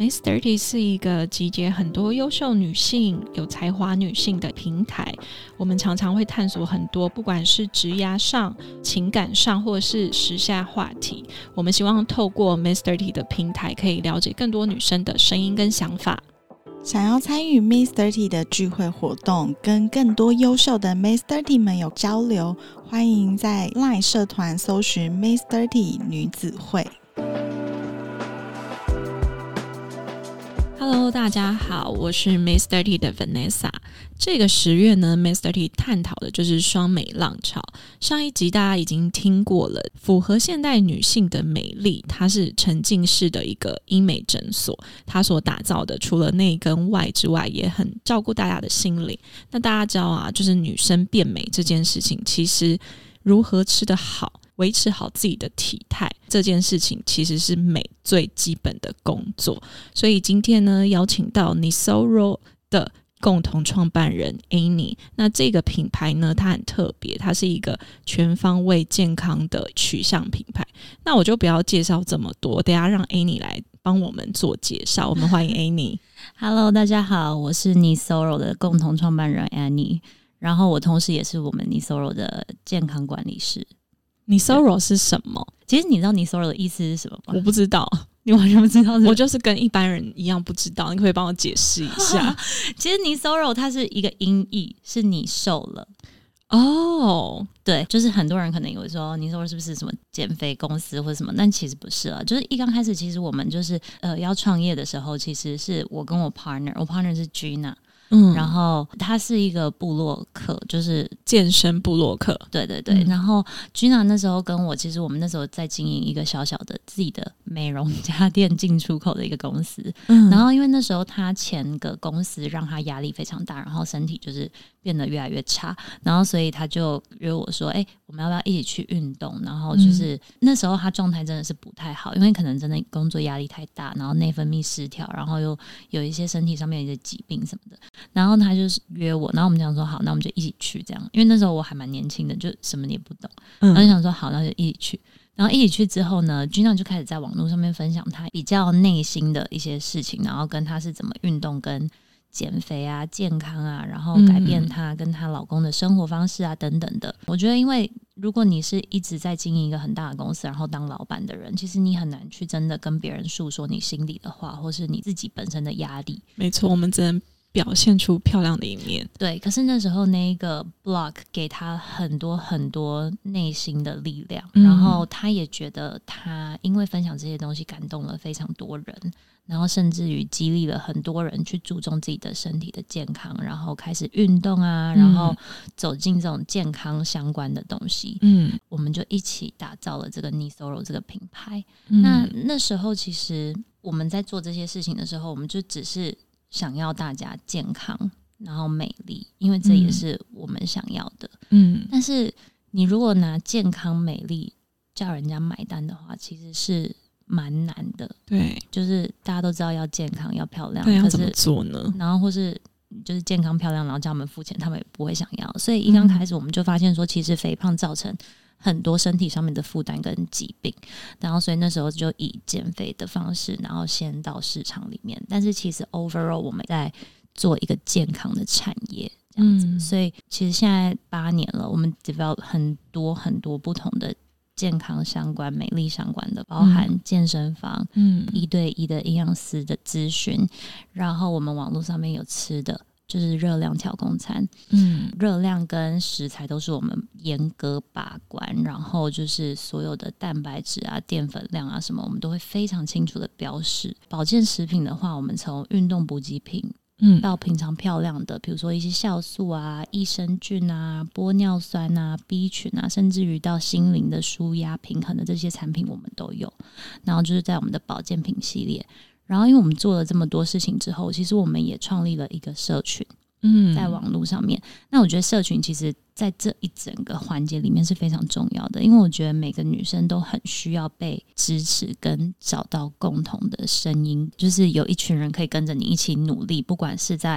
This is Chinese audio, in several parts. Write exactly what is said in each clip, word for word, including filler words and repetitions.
Miss Dirty 是一个集结很多优秀女性、有才华女性的平台。我们常常会探索很多，不管是职涯上、情感上，或是时下话题。我们希望透过 Miss Dirty 的平台，可以了解更多女生的声音跟想法。 想要参与 Miss Dirty 的聚会活动，跟更多优秀的 Miss Dirty 们有交流，欢迎在 LINE 社团搜寻 Miss Dirty 女子会。 Hello， 大家好，我是 Miss Dirty 的 Vanessa。这个十月呢 ，Miss Dirty 探讨的就是双美浪潮。上一集大家已经听过了，符合现代女性的美丽，它是沉浸式的一个医美诊所，它所打造的除了内跟外之外，也很照顾大家的心灵。那大家知道啊，就是女生变美这件事情，其实如何吃得好，维持好自己的体态，这件事情其实是美最基本的工作。所以今天呢，邀请到 Nisoro 的共同创办人 Annie。 那这个品牌呢，它很特别，它是一个全方位健康的取向品牌。那我就不要介绍这么多，等一下让 Annie 来帮我们做介绍。我们欢迎 Annie。 Hello， 大家好，我是 Nisoro 的共同创办人 Annie， 然后我同时也是我们 Nisoro 的健康管理师。 Nisoro 是什么？ 其实你知道 Nisoro 的意思是什么吗？ 我不知道。 你完全不知道、這個？ 我就是跟一般人一样不知道，你可不可以帮我解释一下？ 其实 Nisoro 它是一个音译，是你瘦了哦。oh. 对，就是很多人可能以为说 Nisoro 是不是什么减肥公司或者什么，但其实不是啊。就是一刚开始，其实我们就是呃要创业的时候，其实是我跟我 partner， 我 partner 是 Gina。嗯，然后他是一个部落客，就是健身部落客。 对对对、嗯、然后 Gina 那时候跟我，其实我们那时候在经营一个小小的自己的美容家电进出口的一个公司、嗯、然后因为那时候他前个公司让他压力非常大，然后身体就是变得越来越差，然后所以他就约我说，哎，我们要不要一起去运动？然后就是、嗯、那时候他状态真的是不太好，因为可能真的工作压力太大，然后内分泌失调，然后又有一些身体上面有一些疾病什么的，然后他就是约我，然后我们讲说好，那我们就一起去这样。因为那时候我还蛮年轻的，就什么也不懂，然后就想说好，那就一起去。然后一起去之后呢，君娜就开始在网络上面分享他比较内心的一些事情，然后跟他是怎么运动跟减肥啊、健康啊，然后改变她跟她老公的生活方式啊等等的。我觉得因为如果你是一直在经营一个很大的公司，然后当老板的人，其实你很难去真的跟别人诉说你心里的话，或是你自己本身的压力。 没错，我们只能表现出漂亮的一面。 对，可是那时候那一个 blog 给他很多很多内心的力量、嗯、然后他也觉得他因为分享这些东西感动了非常多人，然后甚至于激励了很多人去注重自己的身体的健康，然后开始运动啊、嗯、然后走进这种健康相关的东西。嗯，我们就一起打造了这个 Nisoro 这个品牌、嗯、那那时候其实我们在做这些事情的时候，我们就只是想要大家健康然后美丽，因为这也是我们想要的。嗯，但是你如果拿健康美丽叫人家买单的话，其实是蛮难的。 对， 就是大家都知道要健康要漂亮， 对，要怎么做呢？ 然后或是就是健康漂亮，然后叫他们付钱，他们也不会想要。所以一刚开始我们就发现说，其实肥胖造成很多身体上面的负担跟疾病，然后所以那时候就以减肥的方式，然后先到市场里面。但是其实 overall 我们在做一个健康的产业这样子、嗯、所以其实现在八年了，我们 develop 很多很多不同的健康相关、美丽相关的，包含健身房、嗯，一对一的营养师的咨询，然后我们网络上面有吃的，就是热量调控餐，嗯，热量跟食材都是我们严格把关，然后就是所有的蛋白质啊、淀粉量啊什么，我们都会非常清楚的标示。保健食品的话，我们从运动补给品嗯，到平常漂亮的，比如说一些酵素啊、益生菌啊、玻尿酸啊、B 群啊，甚至于到心灵的舒压平衡的这些产品我们都有。然后就是在我们的保健品系列，然后因为我们做了这么多事情之后，其实我们也创立了一个社群，嗯，在网络上面。那我觉得社群其实在这一整个环节里面是非常重要的，因为我觉得每个女生都很需要被支持跟找到共同的声音，就是有一群人可以跟着你一起努力，不管是在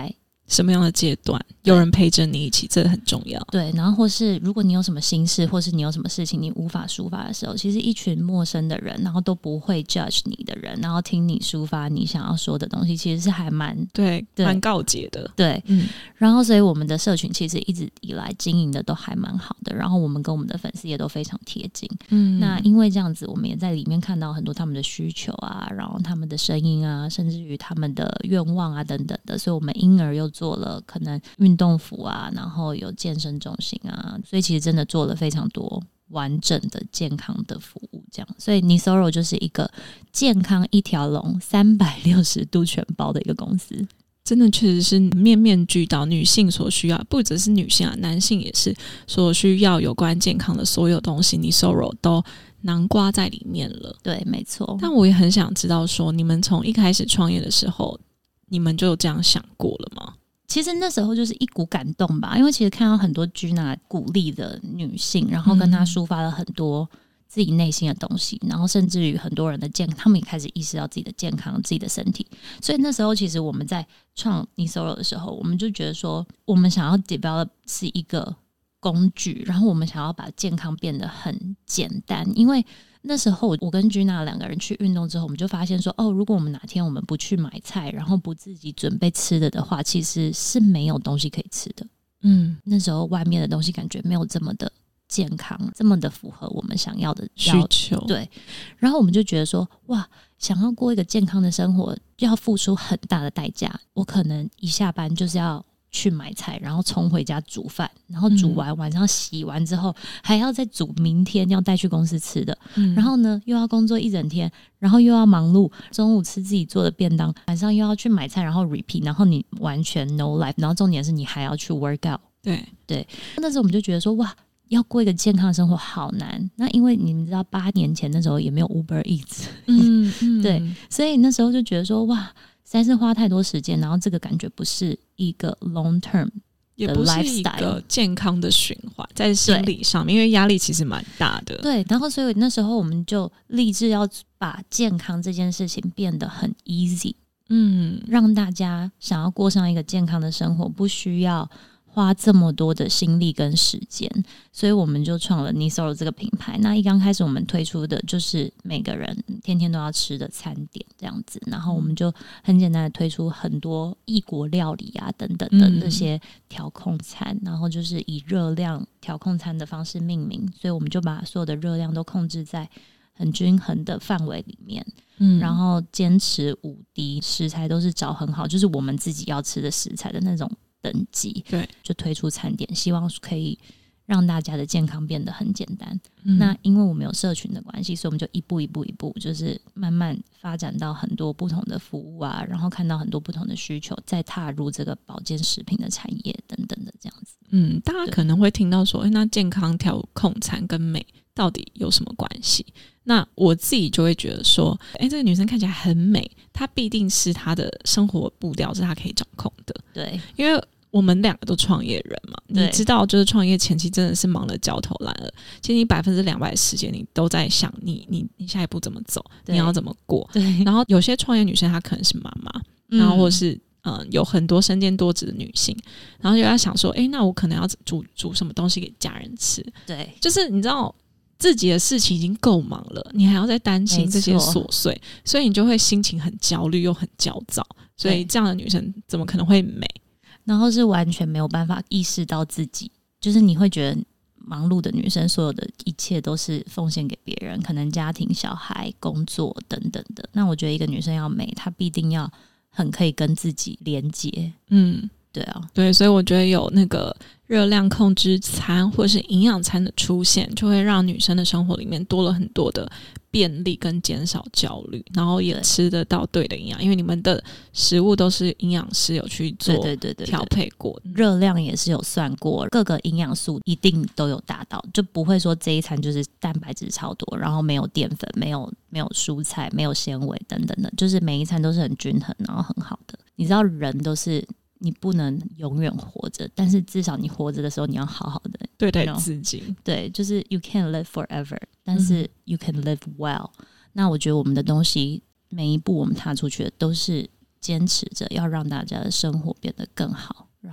什么样的阶段有人陪着你一起，这很重要。 对，然后或是如果你有什么心事，或是你有什么事情你无法抒发的时候，其实一群陌生的人，然后都不会 judge 你的人，然后听你抒发你想要说的东西，其实是还蛮对蛮告解的。 对、 嗯， 然后所以我们的社群其实一直以来经营的都还蛮好的，然后我们跟我们的粉丝也都非常贴近。嗯，那因为这样子，我们也在里面看到很多他们的需求啊，然后他们的声音啊，甚至于他们的愿望啊等等的，所以我们因而又做了可能运动服啊，然后有健身中心啊，所以其实真的做了非常多完整的健康的服务，这样，所以 Nisoro 就是一个健康一条龙三百六十度全包的一个公司。 真的确实是面面俱到，女性所需要，不只是女性啊，男性也是所需要有关健康的所有东西 Nisoro 都囊括在里面了。 对，没错。 但我也很想知道说，你们从一开始创业的时候，你们就有这样想过了吗？ 其实那时候就是一股感动吧，因为其实看到很多 Gina 鼓励的女性，然后跟她抒发了很多自己内心的东西，然后甚至于很多人的健康，他们也开始意识到自己的健康，自己的身体。所以那时候其实我们在创 Nisoro 的时候，我们就觉得说，我们想要 develop 是一个工具，然后我们想要把健康变得很简单。因为那时候我跟 Gina 两个人去运动之后，我们就发现说，哦，如果我们哪天我们不去买菜，然后不自己准备吃的的话，其实是没有东西可以吃的。嗯，那时候外面的东西感觉没有这么的健康，这么的符合我们想要的需求。 对，然后我们就觉得说，哇，想要过一个健康的生活，要付出很大的代价。我可能一下班就是要去买菜，然后冲回家煮饭，然后煮完、嗯、晚上洗完之后还要再煮明天要带去公司吃的、嗯、然后呢又要工作一整天，然后又要忙碌，中午吃自己做的便当，晚上又要去买菜，然后 repeat， 然后你完全 no life， 然后重点是你还要去 work out。 对对，那时候我们就觉得说，哇，要过一个健康的生活好难。那因为你们知道八年前那时候也没有 Uber Eats， 嗯, 嗯对，所以那时候就觉得说，哇，实在是花太多时间，然后这个感觉不是一个 long term 也不是一个健康的循环，在心理上面，因为压力其实蛮大的。 对，然后所以那时候我们就立志要把健康这件事情变得很 easy， 嗯，让大家想要过上一个健康的生活不需要花这么多的心力跟时间，所以我们就创了 Nisoro 这个品牌。那一刚开始我们推出的就是每个人天天都要吃的餐点这样子，然后我们就很简单的推出很多异国料理啊等等的那些调控餐、嗯、然后就是以热量调控餐的方式命名，所以我们就把所有的热量都控制在很均衡的范围里面，嗯，然后坚持五滴，食材都是找很好，就是我们自己要吃的食材的那种等级，对，就推出餐点，希望可以让大家的健康变得很简单、嗯、那因为我们有社群的关系，所以我们就一步一步一步就是慢慢发展到很多不同的服务啊，然后看到很多不同的需求，再踏入这个保健食品的产业等等的这样子。 嗯，大家可能会听到说，诶，那健康调控餐跟美到底有什么关系？那我自己就会觉得说，诶，这个女生看起来很美，她必定是她的生活步调是她可以掌控的。 对， 因为我们两个都创业人嘛，你知道就是创业前期真的是忙得焦头烂额，其实你百分之两百的时间你都在想你你你下一步怎么走，你要怎么过。对，然后有些创业女生她可能是妈妈、嗯、然后或者是嗯、呃、有很多身兼多职的女性，然后就要想说，诶，那我可能要煮煮什么东西给家人吃。对，就是你知道自己的事情已经够忙了，你还要再担心这些琐碎，所以你就会心情很焦虑又很焦躁，所以这样的女生怎么可能会美？ 然后是完全没有办法意识到自己，就是你会觉得忙碌的女生所有的一切都是奉献给别人，可能家庭小孩工作等等的。那我觉得一个女生要美，她必定要很可以跟自己连接。嗯，对啊， 对，所以我觉得有那个热量控制餐或是营养餐的出现，就会让女生的生活里面多了很多的便利跟减少焦虑，然后也吃得到对的营养，因为你们的食物都是营养师有去做调配过， 热量也是有算过，各个营养素一定都有达到，就不会说这一餐就是蛋白质超多，然后没有淀粉，没有没有蔬菜，没有纤维等等的，就是每一餐都是很均衡然后很好的。你知道人都是你不能永远活着，但是至少你活着的时候你要好好的对待自己。 对，就是 you can't live forever， 但是 you can live well、嗯、那我觉得我们的东西每一步我们踏出去的都是坚持着要让大家的生活变得更好。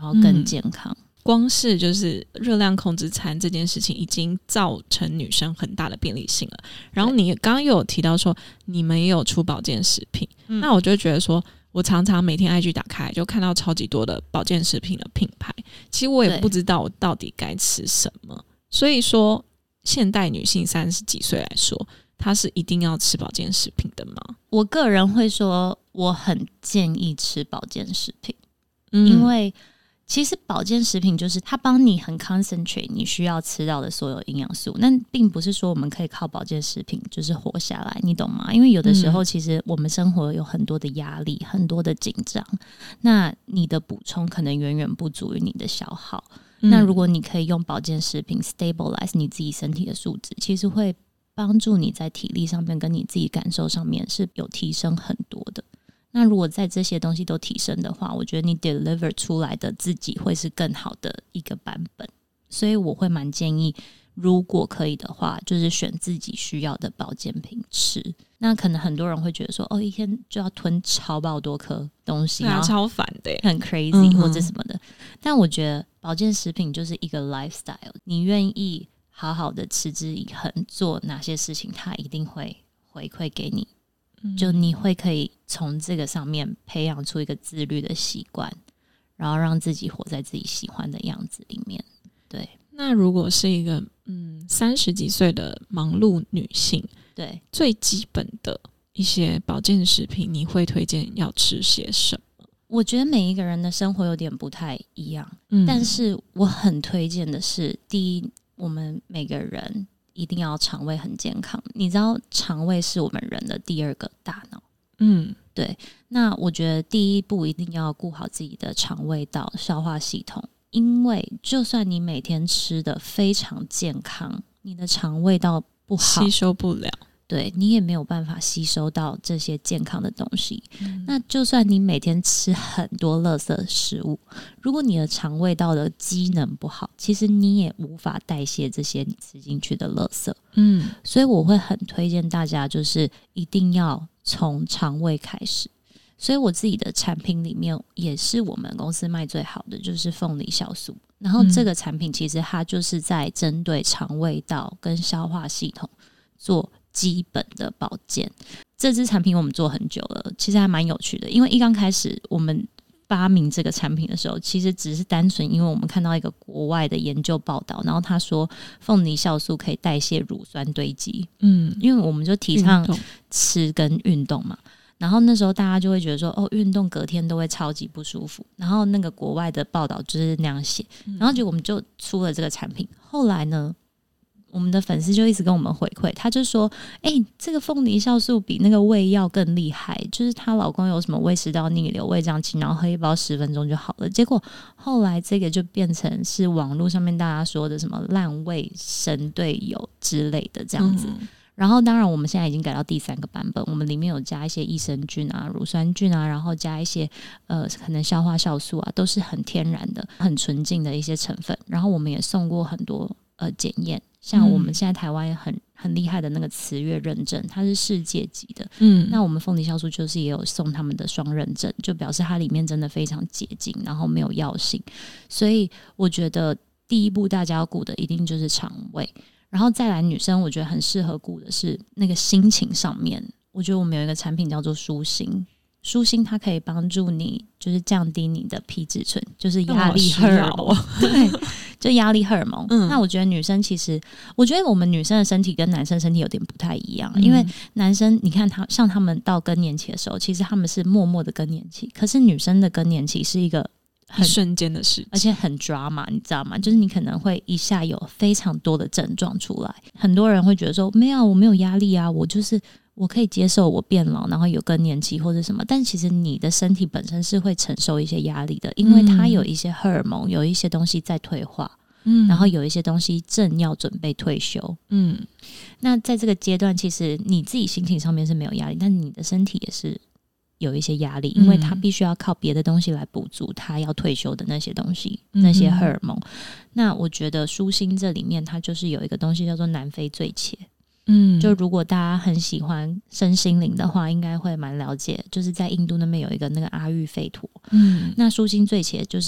然后更健康、嗯、 光是就是热量控制餐这件事情已经造成女生很大的便利性了。然后你刚刚又有提到说你们也有出保健食品、嗯、那我就觉得说我常常每天 I G 打开就看到超级多的保健食品的品牌，其实我也不知道我到底该吃什么。所以说现代女性三十几岁来说，她是一定要吃保健食品的吗？ 我个人会说我很建议吃保健食品、嗯、因为其实保健食品就是它帮你很 concentrate 你需要吃到的所有营养素，那并不是说我们可以靠保健食品就是活下来，你懂吗？因为有的时候其实我们生活有很多的压力、嗯、很多的紧张，那你的补充可能远远不足于你的消耗、嗯、那如果你可以用保健食品 stabilize 你自己身体的素质，其实会帮助你在体力上面跟你自己感受上面是有提升很多的。那如果在这些东西都提升的话，我觉得你 deliver 出来的自己会是更好的一个版本。所以我会蛮建议，如果可以的话，就是选自己需要的保健品吃。那可能很多人会觉得说，哦，一天就要吞超爆多颗东西， 啊，超烦的耶， 很 crazy 或者什么的、嗯、但我觉得保健食品就是一个 lifestyle， 你愿意好好的持之以恒做哪些事情，它一定会回馈给你，就你会可以从这个上面培养出一个自律的习惯，然后让自己活在自己喜欢的样子里面。对， 那如果是一个嗯三十几岁的忙碌女性， 对， 最基本的一些保健食品，你会推荐要吃些什么？ 我觉得每一个人的生活有点不太一样、嗯、但是我很推荐的是，第一，我们每个人一定要肠胃很健康，你知道肠胃是我们人的第二个大脑。嗯，对。那我觉得第一步一定要顾好自己的肠胃道、消化系统，因为就算你每天吃的非常健康，你的肠胃道不好， 吸收不了， 对，你也没有办法吸收到这些健康的东西、嗯、那就算你每天吃很多垃圾食物，如果你的肠胃道的机能不好，其实你也无法代谢这些你吃进去的垃圾。嗯，所以我会很推荐大家就是一定要从肠胃开始。所以我自己的产品里面也是我们公司卖最好的，就是凤梨酵素。然后这个产品其实它就是在针对肠胃道跟消化系统做基本的保健。这支产品我们做很久了，其实还蛮有趣的，因为一刚开始我们发明这个产品的时候，其实只是单纯因为我们看到一个国外的研究报道，然后他说凤梨酵素可以代谢乳酸堆积。嗯，因为我们就提倡吃跟运动嘛，然后那时候大家就会觉得说，哦，运动隔天都会超级不舒服，然后那个国外的报道就是那样写，然后结果我们就出了这个产品。后来呢，我们的粉丝就一直跟我们回馈，他就说，哎、欸，这个凤梨酵素比那个胃药更厉害，就是她老公有什么胃食道逆流、胃胀气，然后喝一包十分钟就好了。结果后来这个就变成是网络上面大家说的什么烂胃神队友之类的这样子。嗯，然后当然我们现在已经改到第三个版本，我们里面有加一些益生菌啊、乳酸菌啊，然后加一些呃可能消化酵素啊，都是很天然的、很纯净的一些成分。然后我们也送过很多呃检验，像我们现在台湾很很厉害的那个慈悦认证，它是世界级的。嗯，那我们凤梨酵素就是也有送他们的双认证，就表示它里面真的非常洁净，然后没有药性。所以我觉得第一步大家要顾的一定就是肠胃。然后再来女生我觉得很适合顾的是那个心情上面，我觉得我们有一个产品叫做舒心。舒心它可以帮助你就是降低你的皮质醇，就是压力荷尔蒙。对，就压力荷尔蒙、嗯、那我觉得女生其实我觉得我们女生的身体跟男生身体有点不太一样、嗯、因为男生你看他像他们到更年期的时候，其实他们是默默的更年期，可是女生的更年期是一个很瞬间的事情， 而且很 drama 你知道吗？就是你可能会一下有非常多的症状出来，很多人会觉得说没有，我没有压力啊，我就是我可以接受我变老然后有更年期或者什么，但其实你的身体本身是会承受一些压力的，因为它有一些荷尔蒙、嗯、有一些东西在退化，嗯，然后有一些东西正要准备退休，嗯，那在这个阶段其实你自己心情上面是没有压力，但你的身体也是有一些压力，因为他必须要靠别的东西来补足他要退休的那些东西、嗯、那些荷尔蒙。那我觉得舒心这里面它就是有一个东西叫做南非醉茄，嗯，就如果大家很喜欢身心灵的话应该会蛮了解，就是在印度那边有一个那个阿育吠陀，嗯，那舒心醉茄就是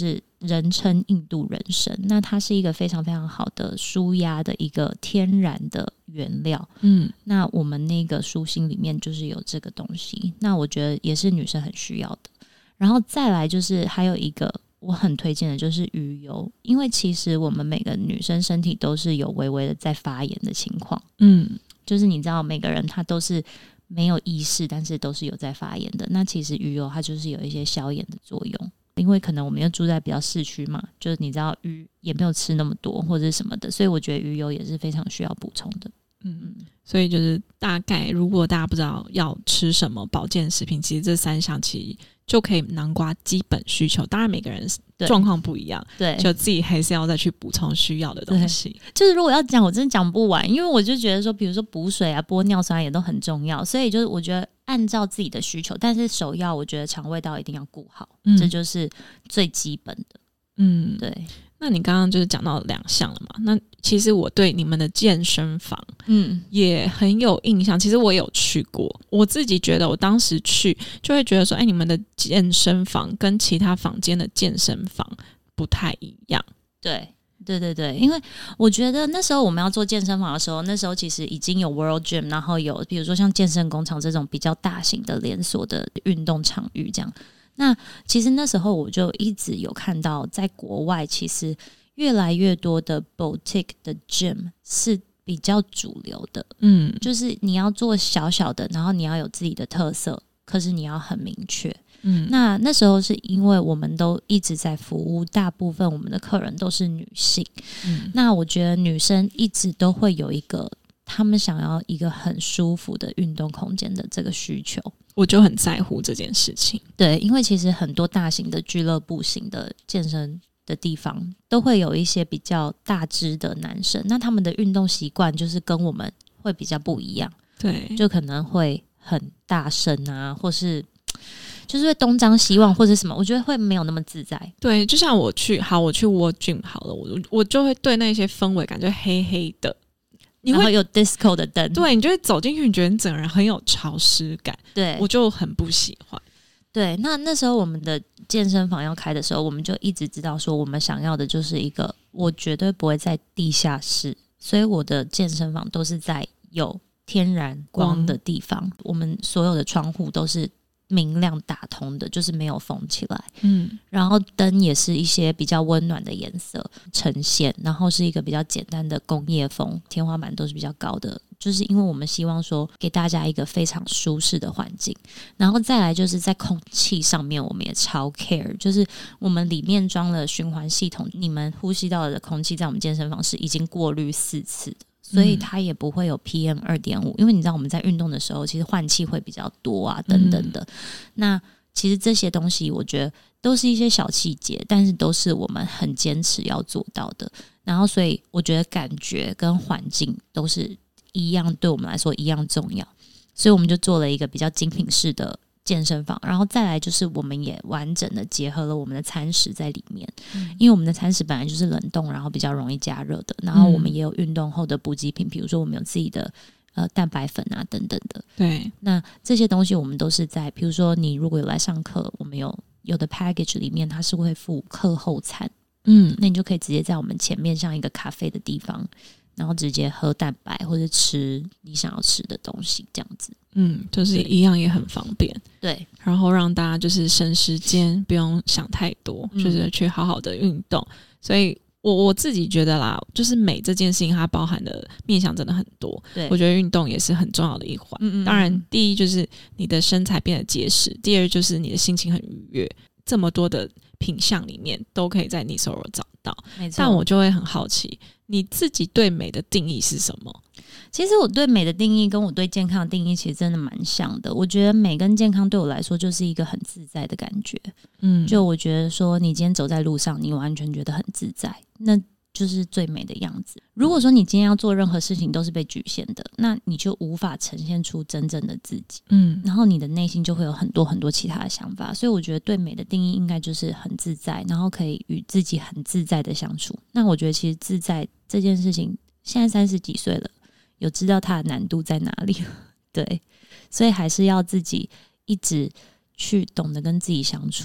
人称印度人参，那它是一个非常非常好的舒压的一个天然的原料。嗯，那我们那个舒心里面就是有这个东西，那我觉得也是女生很需要的。然后再来就是还有一个我很推荐的就是鱼油，因为其实我们每个女生身体都是有微微的在发炎的情况。嗯，就是你知道每个人他都是没有意识，但是都是有在发炎的。那其实鱼油它就是有一些消炎的作用，因为可能我们又住在比较市区嘛，就是你知道鱼也没有吃那么多或者什么的，所以我觉得鱼油也是非常需要补充的。 嗯，所以就是大概如果大家不知道要吃什么保健食品，其实这三项其实就可以囊括基本需求。当然每个人状况不一样，对，就自己还是要再去补充需要的东西。 就是如果要讲，我真的讲不完，因为我就觉得说，比如说补水啊、玻尿酸也都很重要，所以就是我觉得按照自己的需求，但是首要我觉得肠胃道一定要顾好，嗯，这就是最基本的。嗯，对。 那你刚刚就是讲到两项了嘛？那其实我对你们的健身房，嗯，也很有印象。其实我有去过，我自己觉得我当时去就会觉得说，哎，你们的健身房跟其他房间的健身房不太一样。 对，对对对，因为我觉得那时候我们要做健身房的时候，那时候其实已经有 World Gym， 然后有比如说像健身工厂这种比较大型的连锁的运动场域这样。那其实那时候我就一直有看到在国外其实越来越多的 boutique 的 gym 是比较主流的。嗯，就是你要做小小的，然后你要有自己的特色，可是你要很明确。嗯，那那时候是因为我们都一直在服务，大部分我们的客人都是女性。嗯，那我觉得女生一直都会有一个他们想要一个很舒服的运动空间的这个需求， 我就很在乎这件事情。 对，因为其实很多大型的俱乐部型的健身的地方都会有一些比较大只的男生，那他们的运动习惯就是跟我们会比较不一样。对，就可能会很大声啊，或是就是会东张西望或者什么，我觉得会没有那么自在。 对，就像我去好我去 World Gym 好了，我我就会对那些氛围感觉黑黑的， 然后有 disco 的灯， 对，你就会走进去，你觉得你整个人很有潮湿感，对，我就很不喜欢。 对，那那时候我们的健身房要开的时候，我们就一直知道说，我们想要的就是一个，我绝对不会在地下室，所以我的健身房都是在有天然光的地方，我们所有的窗户都是明亮打通的，就是没有封起来。嗯，然后灯也是一些比较温暖的颜色呈现，然后是一个比较简单的工业风，天花板都是比较高的，就是因为我们希望说给大家一个非常舒适的环境。然后再来就是在空气上面我们也超 care， 就是我们里面装了循环系统，你们呼吸到的空气在我们健身房是已经过滤四次的，所以它也不会有 P M 二点五， 因为你知道我们在运动的时候其实换气会比较多啊等等的、嗯、那其实这些东西我觉得都是一些小细节，但是都是我们很坚持要做到的。然后所以我觉得感觉跟环境都是一样，对我们来说一样重要，所以我们就做了一个比较精品式的健身房。然后再来就是我们也完整的结合了我们的餐食在里面、嗯、因为我们的餐食本来就是冷冻然后比较容易加热的，然后我们也有运动后的补给品，比如说我们有自己的呃蛋白粉啊等等的。对，那这些东西我们都是在比如说你如果有来上课，我们有有的 package 里面它是会附课后餐，嗯，那你就可以直接在我们前面像一个咖啡的地方，然后直接喝蛋白或者吃你想要吃的东西这样子。 嗯，就是一样也很方便。 对， 然后让大家就是省时间，不用想太多、嗯、就是去好好的运动。所以我我自己觉得啦，就是美这件事情它包含的面向真的很多。对，我觉得运动也是很重要的一环。嗯嗯，当然第一就是你的身材变得结实，第二就是你的心情很愉悦，这么多的品项里面都可以在你手里找到。但我就会很好奇，你自己对美的定义是什么？ 其实我对美的定义跟我对健康的定义其实真的蛮像的。我觉得美跟健康对我来说就是一个很自在的感觉。嗯，就我觉得说你今天走在路上你完全觉得很自在，那就是最美的样子。如果说你今天要做任何事情都是被局限的，那你就无法呈现出真正的自己。嗯，然后你的内心就会有很多很多其他的想法。所以我觉得对美的定义应该就是很自在，然后可以与自己很自在的相处。那我觉得其实自在这件事情现在三十几岁了，有知道它的难度在哪里。对，所以还是要自己一直去懂得跟自己相处。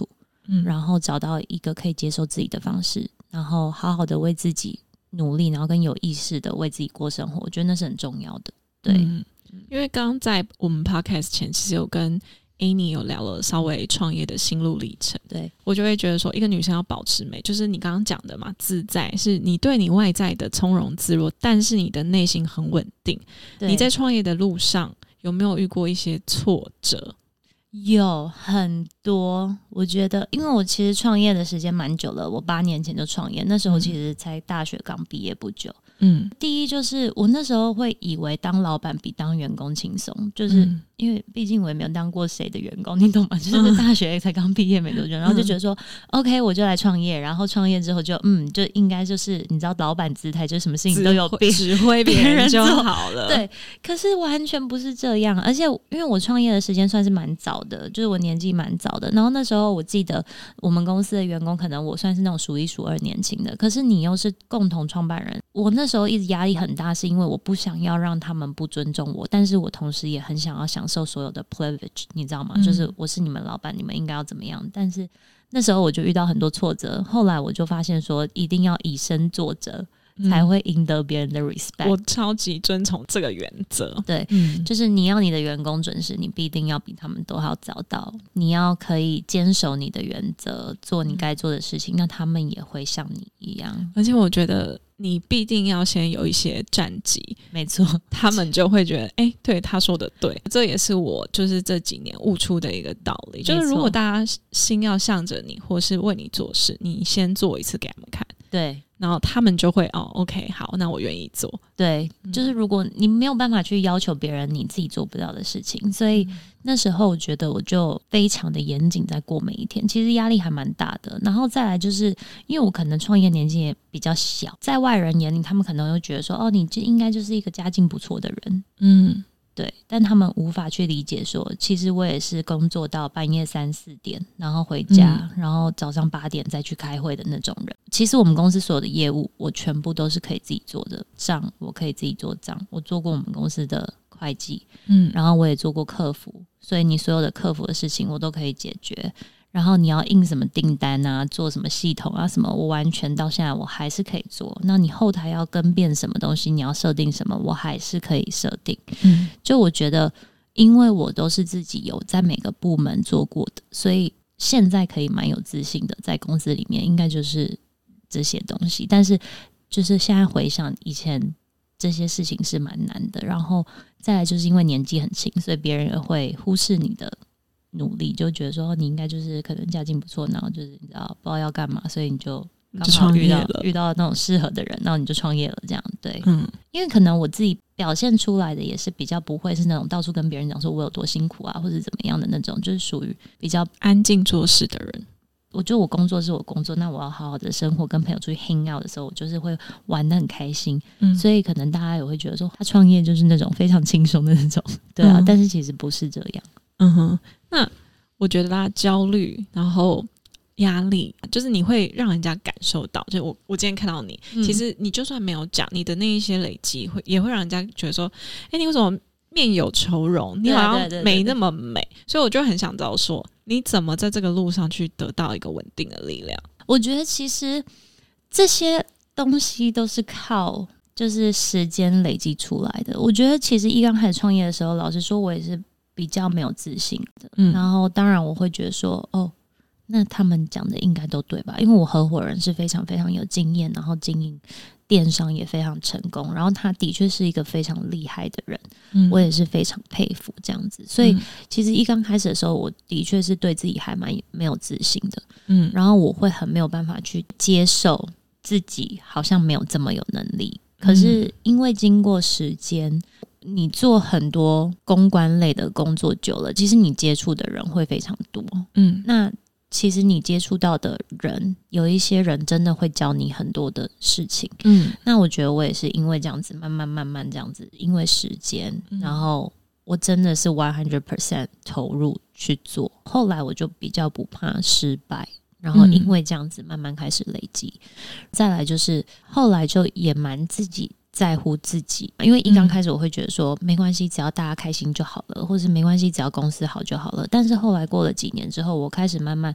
嗯，然后找到一个可以接受自己的方式，然后好好的为自己努力，然后跟有意识的为自己过生活，我觉得那是很重要的。对， 嗯，因为刚刚在我们 podcast 前其实有跟 Annie 有聊了稍微创业的心路历程， 对， 我就会觉得说一个女生要保持美，就是你刚刚讲的嘛，自在是你对你外在的从容自若，但是你的内心很稳定。你在创业的路上有没有遇过一些挫折？ 有很多，我觉得因为我其实创业的时间蛮久了，我八年前就创业，那时候其实才大学刚毕业不久。嗯，第一就是我那时候会以为当老板比当员工轻松，就是因为毕竟我也没有当过谁的员工，你懂吗？就是大学才刚毕业没多久，然后就觉得说、嗯、OK 我就来创业，然后创业之后就嗯就应该就是你知道老板姿态，就是什么事情都有别指挥别人就好了。 对，可是完全不是这样，而且因为我创业的时间算是蛮早的，就是我年纪蛮早的，然后那时候我记得我们公司的员工可能我算是那种数一数二年轻的，可是你又是共同创办人，我那时候一直压力很大，是因为我不想要让他们不尊重我，但是我同时也很想要享受所有的 privilege， 你知道吗、嗯、就是我是你们老板，你们应该要怎么样，但是那时候我就遇到很多挫折，后来我就发现说一定要以身作则才会赢得别人的 respect、嗯、 我超级遵从这个原则。 对、嗯、就是你要你的员工准时，你必定要比他们都要早到，你要可以坚守你的原则，做你该做的事情、嗯、那他们也会像你一样。 而且我觉得你必定要先有一些战绩， 没错， 他们就会觉得哎、欸，对，他说的对。这也是我就是这几年悟出的一个道理，就是如果大家心要向着你或是为你做事，你先做一次给他们看， 对， 然后他们就会哦 OK 好，那我愿意做。 对、嗯、就是如果你没有办法去要求别人你自己做不到的事情，所以那时候我觉得我就非常的严谨在过每一天，其实压力还蛮大的。然后再来就是因为我可能创业年纪也比较小，在外人眼里他们可能会觉得说哦你就应该就是一个家境不错的人，嗯，对，但他们无法去理解说其实我也是工作到半夜三四点然后回家、嗯、然后早上八点再去开会的那种人。其实我们公司所有的业务我全部都是可以自己做的，账我可以自己做账，我做过我们公司的会计，嗯，然后我也做过客服，所以你所有的客服的事情我都可以解决，然后你要印什么订单啊，做什么系统啊什么，我完全到现在我还是可以做。那你后台要更变什么东西，你要设定什么，我还是可以设定。嗯，就我觉得因为我都是自己有在每个部门做过的，所以现在可以蛮有自信的在公司里面应该就是这些东西。但是就是现在回想以前这些事情是蛮难的，然后再来就是因为年纪很轻，所以别人也会忽视你的努力，就觉得说你应该就是可能家境不错，然后就是你知道不知道要干嘛，所以你就刚好遇到遇到那种适合的人，然后你就创业了这样。对，嗯，因为可能我自己表现出来的也是比较不会是那种到处跟别人讲说我有多辛苦啊或者怎么样的那种，就是属于比较安静做事的人。 我觉得我工作是我工作，那我要好好的生活，跟朋友出去 hang out 的时候我就是会玩得很开心、嗯、所以可能大家也会觉得说他创业就是那种非常轻松的那种，对啊、嗯、但是其实不是这样。 嗯哼，那我觉得大家焦虑然后压力就是你会让人家感受到，就我我今天看到你、嗯、其实你就算没有讲，你的那一些累积会也会让人家觉得说哎、欸，你为什么面有愁容，你好像没那么美，所以我就很想知道说你怎么在这个路上去得到一个稳定的力量。 我觉得其实这些东西都是靠就是时间累积出来的。我觉得其实一刚开始创业的时候，老实说我也是比较没有自信的、嗯、然后当然我会觉得说哦那他们讲的应该都对吧，因为我合伙人是非常非常有经验，然后经营电商也非常成功，然后他的确是一个非常厉害的人、嗯、我也是非常佩服这样子。所以其实一刚开始的时候我的确是对自己还蛮没有自信的，嗯，然后我会很没有办法去接受自己好像没有这么有能力。可是因为经过时间你做很多公关类的工作久了，其实你接触的人会非常多，嗯，那其实你接触到的人有一些人真的会教你很多的事情，嗯，那我觉得我也是因为这样子慢慢慢慢这样子，因为时间、嗯、然后我真的是 百分之百 投入去做，后来我就比较不怕失败，然后因为这样子慢慢开始累积、嗯、再来就是后来就也蛮自己在乎自己，因为一刚开始我会觉得说、嗯、没关系，只要大家开心就好了，或是没关系只要公司好就好了，但是后来过了几年之后，我开始慢慢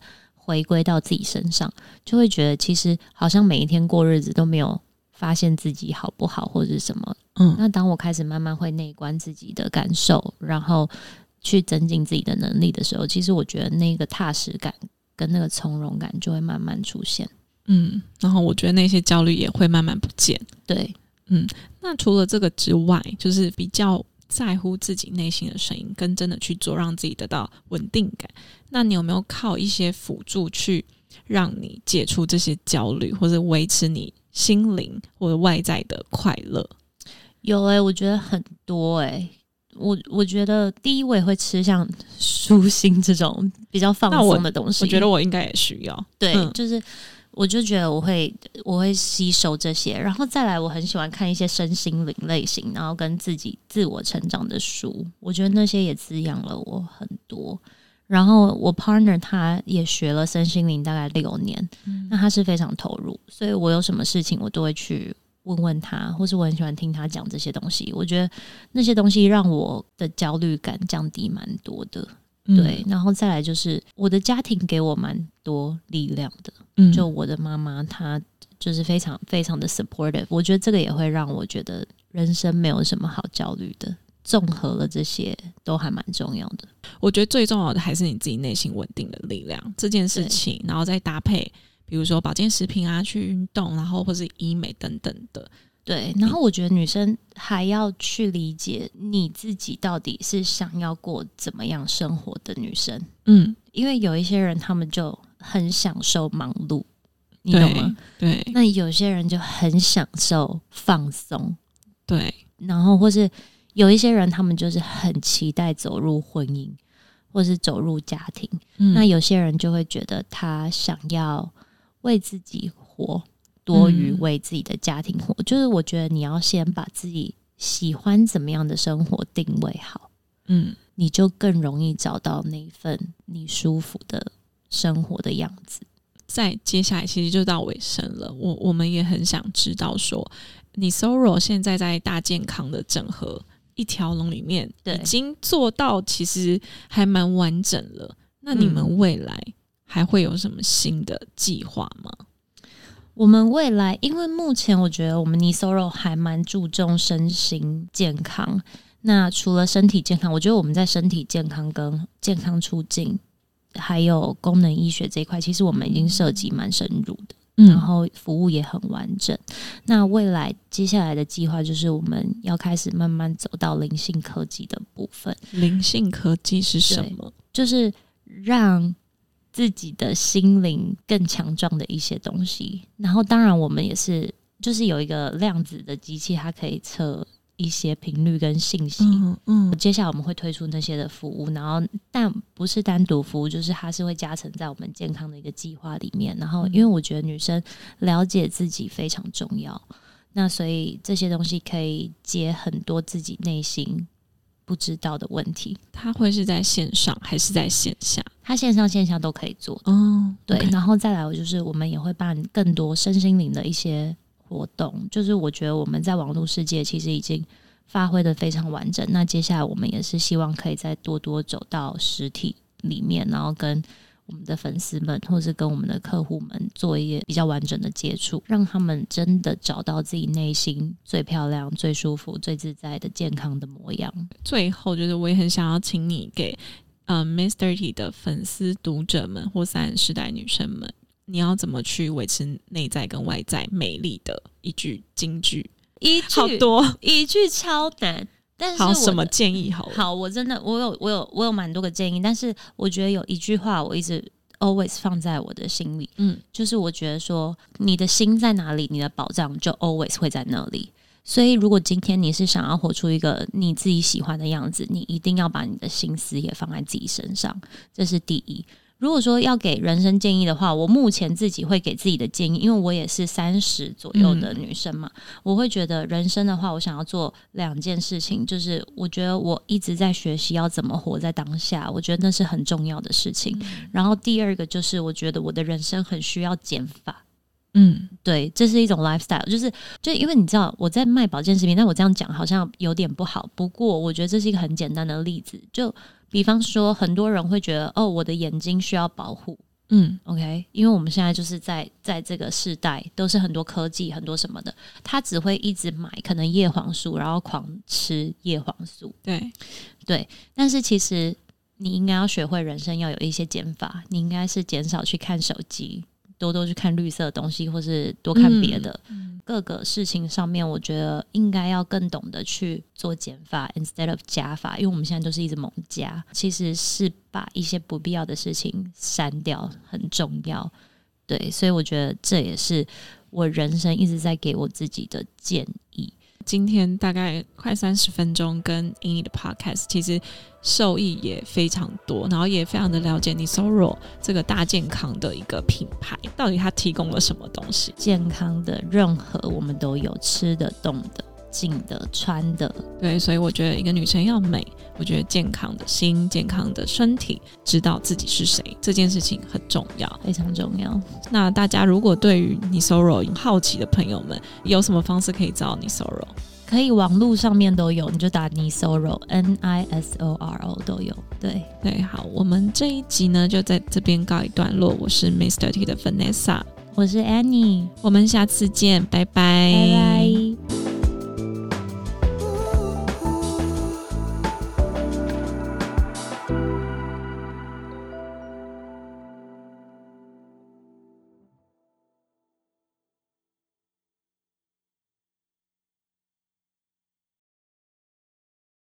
回归到自己身上，就会觉得其实好像每一天过日子都没有发现自己好不好或者是什么。嗯，那当我开始慢慢会内观自己的感受，然后去增进自己的能力的时候，其实我觉得那个踏实感跟那个从容感就会慢慢出现。 嗯，然后我觉得那些焦虑也会慢慢不见。 对， 嗯，那除了这个之外，就是比较在乎自己内心的声音，跟真的去做，让自己得到稳定感。那你有没有靠一些辅助去让你解除这些焦虑，或者维持你心灵或者外在的快乐？ 有欸，我觉得很多欸。我我觉得第一我也会吃像舒心这种比较放松的东西， 我, 我觉得我应该也需要。 对、嗯、就是我就觉得我会我会吸收这些，然后再来我很喜欢看一些身心灵类型，然后跟自己自我成长的书，我觉得那些也滋养了我很多。然后我 partner 他也学了身心灵大概六年、嗯、那他是非常投入，所以我有什么事情我都会去问问他，或是我很喜欢听他讲这些东西，我觉得那些东西让我的焦虑感降低蛮多的。对、嗯，然后再来就是我的家庭给我蛮多力量的、嗯、就我的妈妈她就是非常非常的 supportive， 我觉得这个也会让我觉得人生没有什么好焦虑的，综合了这些都还蛮重要的。 我觉得最重要的还是你自己内心稳定的力量这件事情，然后再搭配比如说保健食品啊，去运动，然后或是医美等等的。 对，然后我觉得女生还要去理解你自己到底是想要过怎么样生活的女生。嗯，因为有一些人他们就很享受忙碌，你懂吗？ 对， 那有些人就很享受放松。 对， 然后或是有一些人他们就是很期待走入婚姻或是走入家庭、嗯、那有些人就会觉得他想要为自己活多于为自己的家庭活、嗯、就是我觉得你要先把自己喜欢怎么样的生活定位好，嗯，你就更容易找到那份你舒服的生活的样子。 再接下来其实就到尾声了，我我们也很想知道说你 Soro 现在在大健康的整合一条龙里面已经做到其实还蛮完整了，那你们未来还会有什么新的计划吗？ 我们未来因为目前我觉得我们 Nisoro 还蛮注重身心健康，那除了身体健康，我觉得我们在身体健康跟健康促进还有功能医学这一块其实我们已经涉及蛮深入的、嗯、然后服务也很完整。那未来接下来的计划就是我们要开始慢慢走到灵性科技的部分。 灵性科技是什么？ 就是让自己的心灵更强壮的一些东西，然后当然我们也是就是有一个量子的机器，它可以测一些频率跟信息。嗯嗯，接下来我们会推出那些的服务，然后但不是单独服务，就是它是会加成在我们健康的一个计划里面。然后因为我觉得女生了解自己非常重要，那所以这些东西可以解很多自己内心不知道的问题。 它会是在线上还是在线下？ 它线上线下都可以做的。哦，对， okay. 然后再来就是我们也会办更多身心灵的一些活动，就是我觉得我们在网络世界其实已经发挥得非常完整，那接下来我们也是希望可以再多多走到实体里面，然后跟我们的粉丝们或是跟我们的客户们做一些比较完整的接触，让他们真的找到自己内心最漂亮最舒服最自在的健康的模样。 最后就是我也很想要请你给呃 Miss Dirty 的粉丝读者们或三十世代女生们，你要怎么去维持内在跟外在美丽的一句金句？ 一句好多， 一句超难。但是好，什么建议好了？ 好，我真的我有我有我有蛮多个建议，但是我觉得有一句话我一直 always 放在我的心里，嗯，就是我觉得说你的心在哪里，你的宝藏就 always 会在那里。所以如果今天你是想要活出一个你自己喜欢的样子，你一定要把你的心思也放在自己身上，这是第一。如果说要给人生建议的话，我目前自己会给自己的建议，因为我也是三十左右的女生嘛、嗯、我会觉得人生的话我想要做两件事情，就是我觉得我一直在学习要怎么活在当下，我觉得那是很重要的事情、嗯、然后第二个就是我觉得我的人生很需要减法。嗯，对，这是一种 lifestyle， 就是就因为你知道我在卖保健食品，但我这样讲好像有点不好，不过我觉得这是一个很简单的例子，就比方说很多人会觉得哦，我的眼睛需要保护， 嗯 OK， 因为我们现在就是在在这个世代都是很多科技很多什么的，他只会一直买可能叶黄素然后狂吃叶黄素， 对对，但是其实你应该要学会人生要有一些减法，你应该是减少去看手机，多多去看绿色的东西，或是多看别的、嗯、各个事情上面我觉得应该要更懂得去做减法 instead of 加法，因为我们现在都是一直猛加，其实是把一些不必要的事情删掉很重要，对，所以我觉得这也是我人生一直在给我自己的建议。 今天大概快三十分钟跟 Amy 的 podcast 其实受益也非常多，然后也非常的了解Nisoro 这个大健康的一个品牌到底它提供了什么东西。 健康的任何我们都有，吃的动的进的穿的， 对，所以我觉得一个女生要美，我觉得健康的心健康的身体知道自己是谁这件事情很重要， 非常重要。 那大家如果对于 Nisoro 好奇的朋友们有什么方式可以找 Nisoro？ 可以网路上面都有，你就打 Nisoro N I S O R O 都有。对对，好，我们这一集呢就在这边告一段落。我是 Miss Dirty 的 Vanessa， 我是 Annie， 我们下次见，拜拜。 拜拜。